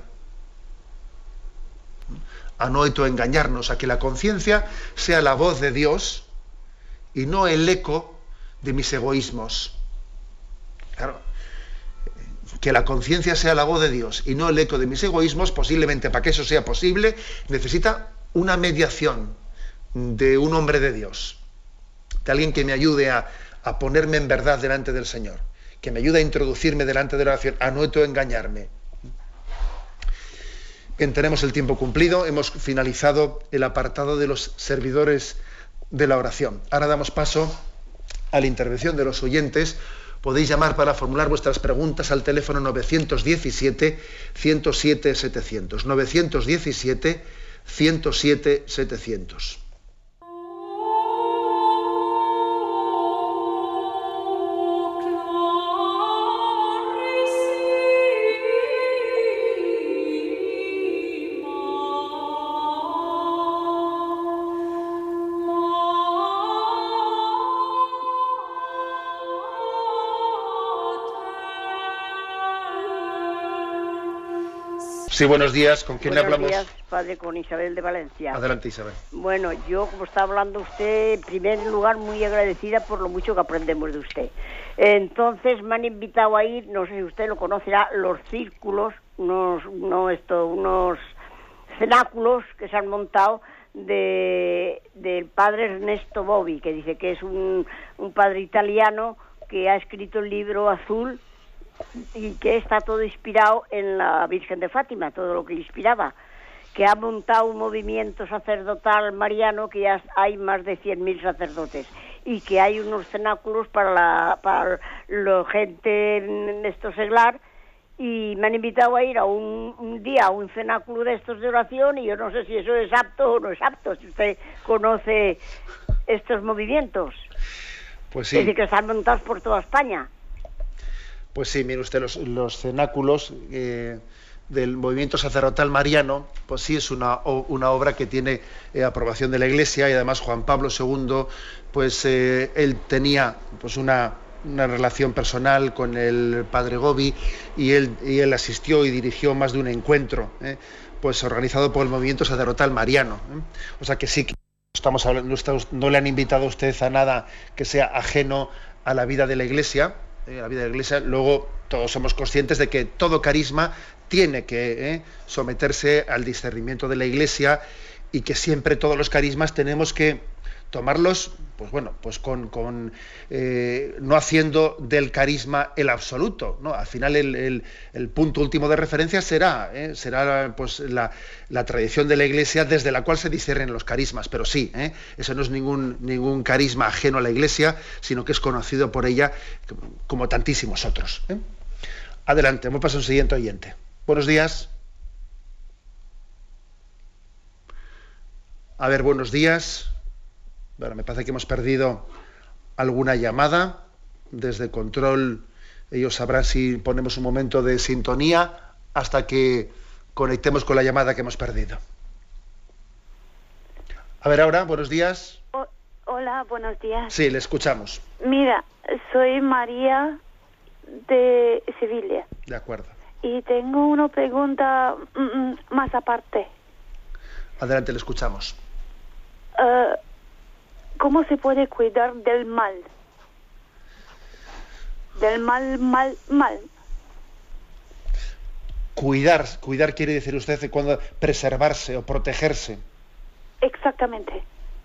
a no autoengañarnos, a que la conciencia sea la voz de Dios y no el eco de mis egoísmos. Claro, que la conciencia sea la voz de Dios y no el eco de mis egoísmos, posiblemente para que eso sea posible, necesita una mediación de un hombre de Dios, de alguien que me ayude a, a ponerme en verdad delante del Señor, que me ayude a introducirme delante de la oración, a no autoengañarme. Bien, tenemos el tiempo cumplido, hemos finalizado el apartado de los servidores de la oración. Ahora damos paso a la intervención de los oyentes. Podéis llamar para formular vuestras preguntas al teléfono novecientos diecisiete, ciento siete, setecientos. novecientos diecisiete, ciento siete, setecientos. Sí, buenos días. ¿Con quién buenos le hablamos? Buenos días, padre, con Isabel de Valencia. Adelante, Isabel. Bueno, yo, como está hablando usted, en primer lugar, muy agradecida por lo mucho que aprendemos de usted. Entonces, me han invitado a ir, no sé si usted lo conocerá, los círculos, unos, no esto, unos cenáculos que se han montado de del padre Ernesto Bovi, que dice que es un, un padre italiano que ha escrito el libro Azul, y que está todo inspirado en la Virgen de Fátima, todo lo que le inspiraba, que ha montado un movimiento sacerdotal mariano, que ya hay más de cien mil sacerdotes, y que hay unos cenáculos para la para la gente en estos seglar, y me han invitado a ir a un, un día a un cenáculo de estos de oración, y yo no sé si eso es apto o no es apto, si usted conoce estos movimientos. Pues sí. Es decir, que están montados por toda España. Pues sí, mire usted, los, los cenáculos eh, del movimiento sacerdotal mariano, pues sí es una, una obra que tiene eh, aprobación de la Iglesia, y además Juan Pablo segundo, pues eh, él tenía pues una, una relación personal con el padre Gobi, y él, y él asistió y dirigió más de un encuentro, eh, pues organizado por el movimiento sacerdotal mariano. Eh. O sea que sí que estamos hablando, no, está, no le han invitado a usted a nada que sea ajeno a la vida de la Iglesia. Eh, la vida de la Iglesia. Luego todos somos conscientes de que todo carisma tiene que eh, someterse al discernimiento de la Iglesia, y que siempre todos los carismas tenemos que tomarlos, pues bueno, pues con, con eh, no haciendo del carisma el absoluto, ¿no? Al final el, el, el punto último de referencia será, ¿eh? será pues la, la tradición de la Iglesia desde la cual se disciernen los carismas, pero sí, ¿eh? eso no es ningún, ningún carisma ajeno a la Iglesia, sino que es conocido por ella como tantísimos otros. ¿eh? Adelante, vamos a pasar a un siguiente oyente. Buenos días. A ver, buenos días. Bueno, me parece que hemos perdido alguna llamada. Desde control ellos sabrán si ponemos un momento de sintonía hasta que conectemos con la llamada que hemos perdido. A ver ahora, buenos días. O- hola, buenos días. Sí, le escuchamos. Mira, soy María de Sevilla. De acuerdo. Y tengo una pregunta mm, más aparte. Adelante, le escuchamos. Uh, ¿Cómo se puede cuidar del mal? Del mal, mal, mal. cuidar, cuidar quiere decir usted cuando preservarse o protegerse. Exactamente.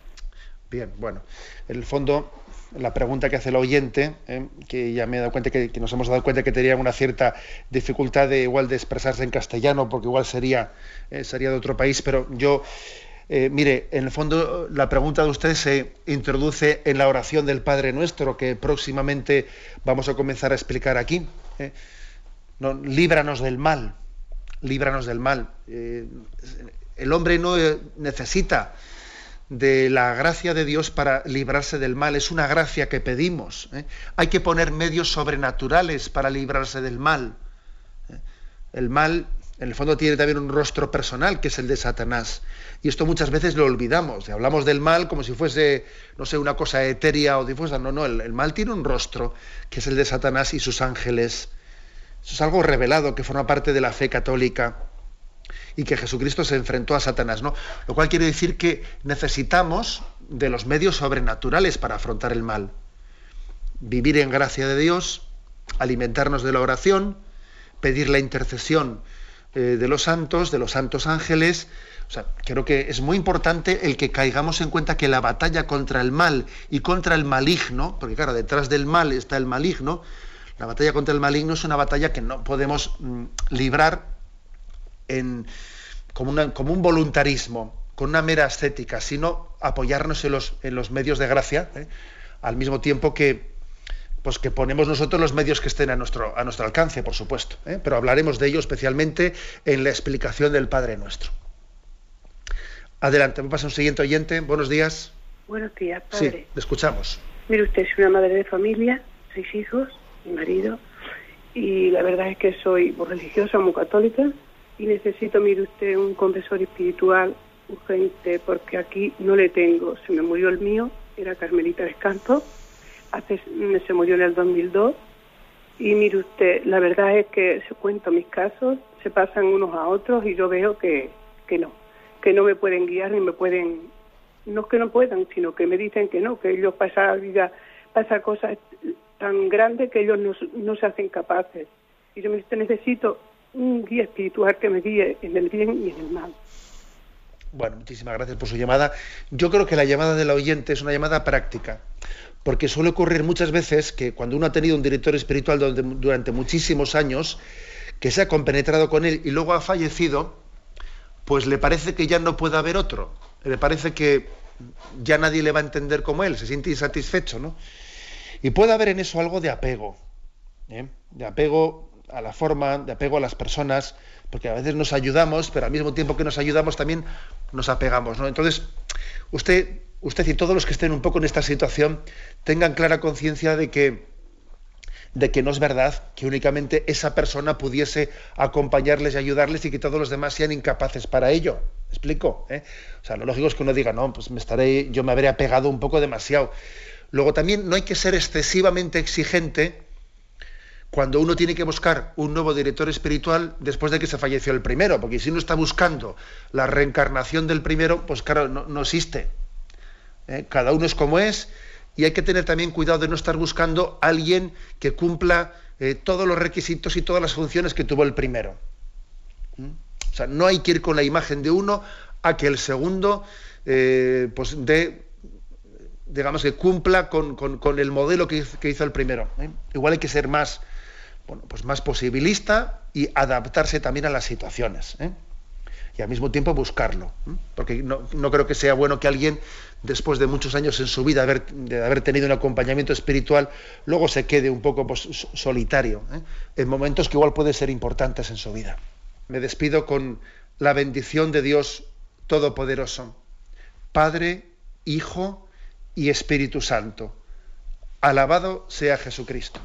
Bien, bueno, en el fondo la pregunta que hace el oyente, eh, que ya me he dado cuenta que, que nos hemos dado cuenta que tenía una cierta dificultad de igual de expresarse en castellano, porque igual sería eh, sería de otro país, pero yo eh, mire, en el fondo la pregunta de usted se introduce en la oración del Padre Nuestro, que próximamente vamos a comenzar a explicar aquí. Eh. No, líbranos del mal, líbranos del mal. Eh, el hombre no eh, necesita de la gracia de Dios para librarse del mal, es una gracia que pedimos. ¿eh? Hay que poner medios sobrenaturales para librarse del mal. ¿eh? El mal, en el fondo, tiene también un rostro personal, que es el de Satanás. Y esto muchas veces lo olvidamos. Hablamos del mal como si fuese, no sé, una cosa etérea o difusa. No, no, el, el mal tiene un rostro, que es el de Satanás y sus ángeles. Eso es algo revelado, que forma parte de la fe católica. Y que Jesucristo se enfrentó a Satanás, ¿no? Lo cual quiere decir que necesitamos de los medios sobrenaturales para afrontar el mal. Vivir en gracia de Dios, alimentarnos de la oración, pedir la intercesión eh, de los santos, de los santos ángeles. O sea, creo que es muy importante el que caigamos en cuenta que la batalla contra el mal y contra el maligno, porque claro, detrás del mal está el maligno, la batalla contra el maligno es una batalla que no podemos mm, librar En, como, una, como un voluntarismo, con una mera ascética, sino apoyarnos en los, en los medios de gracia, ¿eh? al mismo tiempo que, pues que ponemos nosotros los medios que estén a nuestro, a nuestro alcance, por supuesto, ¿eh? pero hablaremos de ello especialmente en la explicación del Padre Nuestro. Adelante, me pasa un siguiente oyente. Buenos días. Buenos días, padre. Sí, le escuchamos. Mire usted, soy una madre de familia, seis hijos, mi marido, y la verdad es que soy muy religiosa, muy católica, y necesito, mire usted, un confesor espiritual urgente, porque aquí no le tengo. Se me murió el mío, era Carmelita Descanso, hace, se murió en el dos mil dos, y mire usted, la verdad es que se cuento mis casos, se pasan unos a otros, y yo veo que, que no, que no me pueden guiar ni me pueden, no es que no puedan, sino que me dicen que no, que ellos pasan la vida, pasan cosas tan grandes que ellos no, no se hacen capaces. Y yo necesito un guía espiritual que me guíe en el bien y en el mal. Bueno, muchísimas gracias por su llamada. Yo creo que la llamada del oyente es una llamada práctica, porque suele ocurrir muchas veces que cuando uno ha tenido un director espiritual durante, durante muchísimos años, que se ha compenetrado con él y luego ha fallecido, pues le parece que ya no puede haber otro, le parece que ya nadie le va a entender como él, se siente insatisfecho, ¿no? Y puede haber en eso algo de apego, ¿eh? de apego a la forma, de apego a las personas, porque a veces nos ayudamos, pero al mismo tiempo que nos ayudamos también nos apegamos, ¿no? Entonces, usted, usted y todos los que estén un poco en esta situación tengan clara conciencia de que, de que no es verdad que únicamente esa persona pudiese acompañarles y ayudarles y que todos los demás sean incapaces para ello. ¿Me explico? ¿Eh? O sea, lo lógico es que uno diga, no, pues me estaré, yo me habré apegado un poco demasiado. Luego también no hay que ser excesivamente exigente cuando uno tiene que buscar un nuevo director espiritual después de que se falleció el primero, porque si uno está buscando la reencarnación del primero, pues claro, no, no existe. ¿Eh? Cada uno es como es, y hay que tener también cuidado de no estar buscando a alguien que cumpla eh, todos los requisitos y todas las funciones que tuvo el primero. ¿Mm? O sea, no hay que ir con la imagen de uno a que el segundo eh, pues de digamos que cumpla con, con, con el modelo que, que hizo el primero. ¿eh? Igual hay que ser más, bueno, pues más posibilista y adaptarse también a las situaciones. ¿eh? Y al mismo tiempo buscarlo. ¿eh? Porque no, no creo que sea bueno que alguien, después de muchos años en su vida, haber, de haber tenido un acompañamiento espiritual, luego se quede un poco pues, solitario, ¿eh? en momentos que igual pueden ser importantes en su vida. Me despido con la bendición de Dios Todopoderoso, Padre, Hijo y Espíritu Santo. Alabado sea Jesucristo.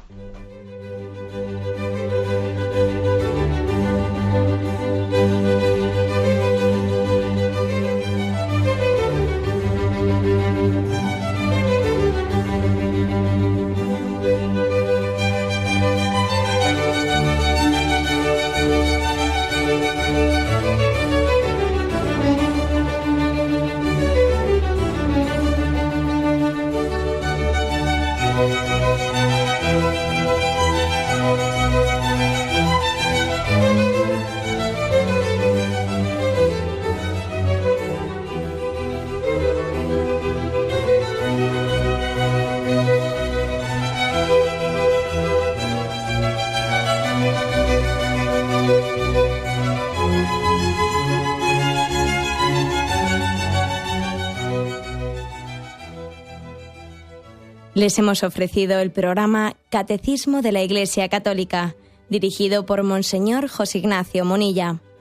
Thank you. Les hemos ofrecido el programa Catecismo de la Iglesia Católica, dirigido por Monseñor José Ignacio Munilla.